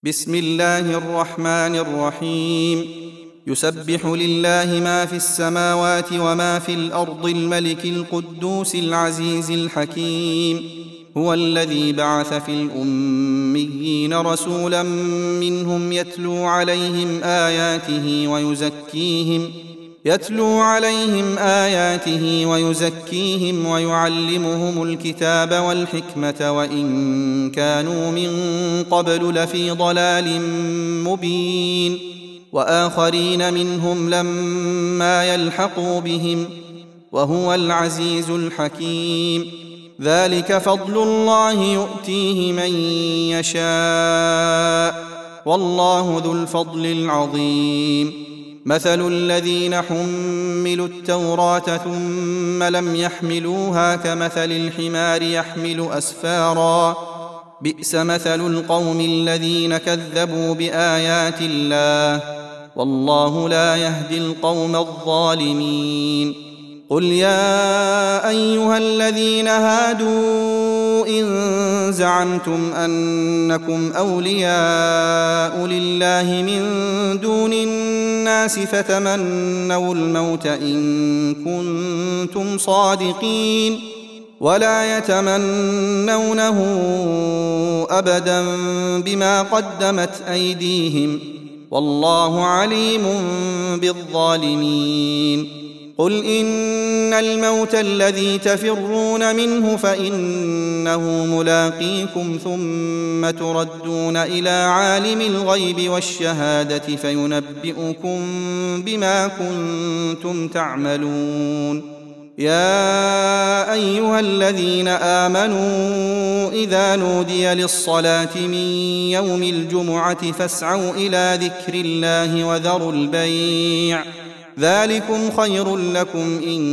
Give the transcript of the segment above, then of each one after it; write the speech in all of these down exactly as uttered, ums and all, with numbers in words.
بسم الله الرحمن الرحيم. يسبح لله ما في السماوات وما في الأرض الملك القدوس العزيز الحكيم. هو الذي بعث في الأميين رسولا منهم يتلو عليهم آياته ويزكيهم يتلو عليهم آياته ويزكيهم ويعلمهم الكتاب والحكمة وإن كانوا من قبل لفي ضلال مبين، وآخرين منهم لما يلحقوا بهم، وهو العزيز الحكيم. ذلك فضل الله يؤتيه من يشاء، والله ذو الفضل العظيم. مثل الذين حملوا التوراة ثم لم يحملوها كمثل الحمار يحمل أسفارا، بئس مثل القوم الذين كذبوا بآيات الله، والله لا يهدي القوم الظالمين. قل يا أيها الذين هادوا إن زعمتم أنكم أولياء لله من دون الناس فتمنوا الموت إن كنتم صادقين، ولا يتمنونه أبدا بما قدمت أيديهم، والله عليم بالظالمين. قل إن الموت الذي تفرون منه فإنه ملاقيكم ثم تردون إلى عالم الغيب والشهادة فينبئكم بما كنتم تعملون. يا أيها الذين آمنوا إذا نودي للصلاة من يوم الجمعة فاسعوا إلى ذكر الله وذروا البيع، ذلكم خير لكم إن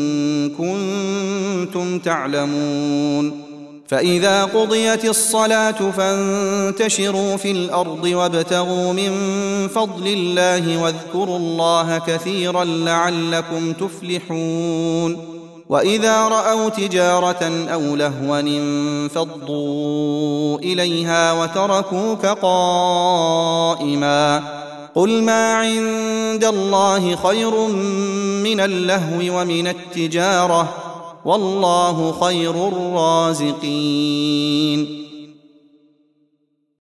كنتم تعلمون. فإذا قضيت الصلاة فانتشروا في الأرض وابتغوا من فضل الله واذكروا الله كثيرا لعلكم تفلحون. وإذا رأوا تجارة أو لهوا انفضوا إليها وتركوك قائما، قل ما عند الله خير من اللهو ومن التجارة، والله خير الرازقين.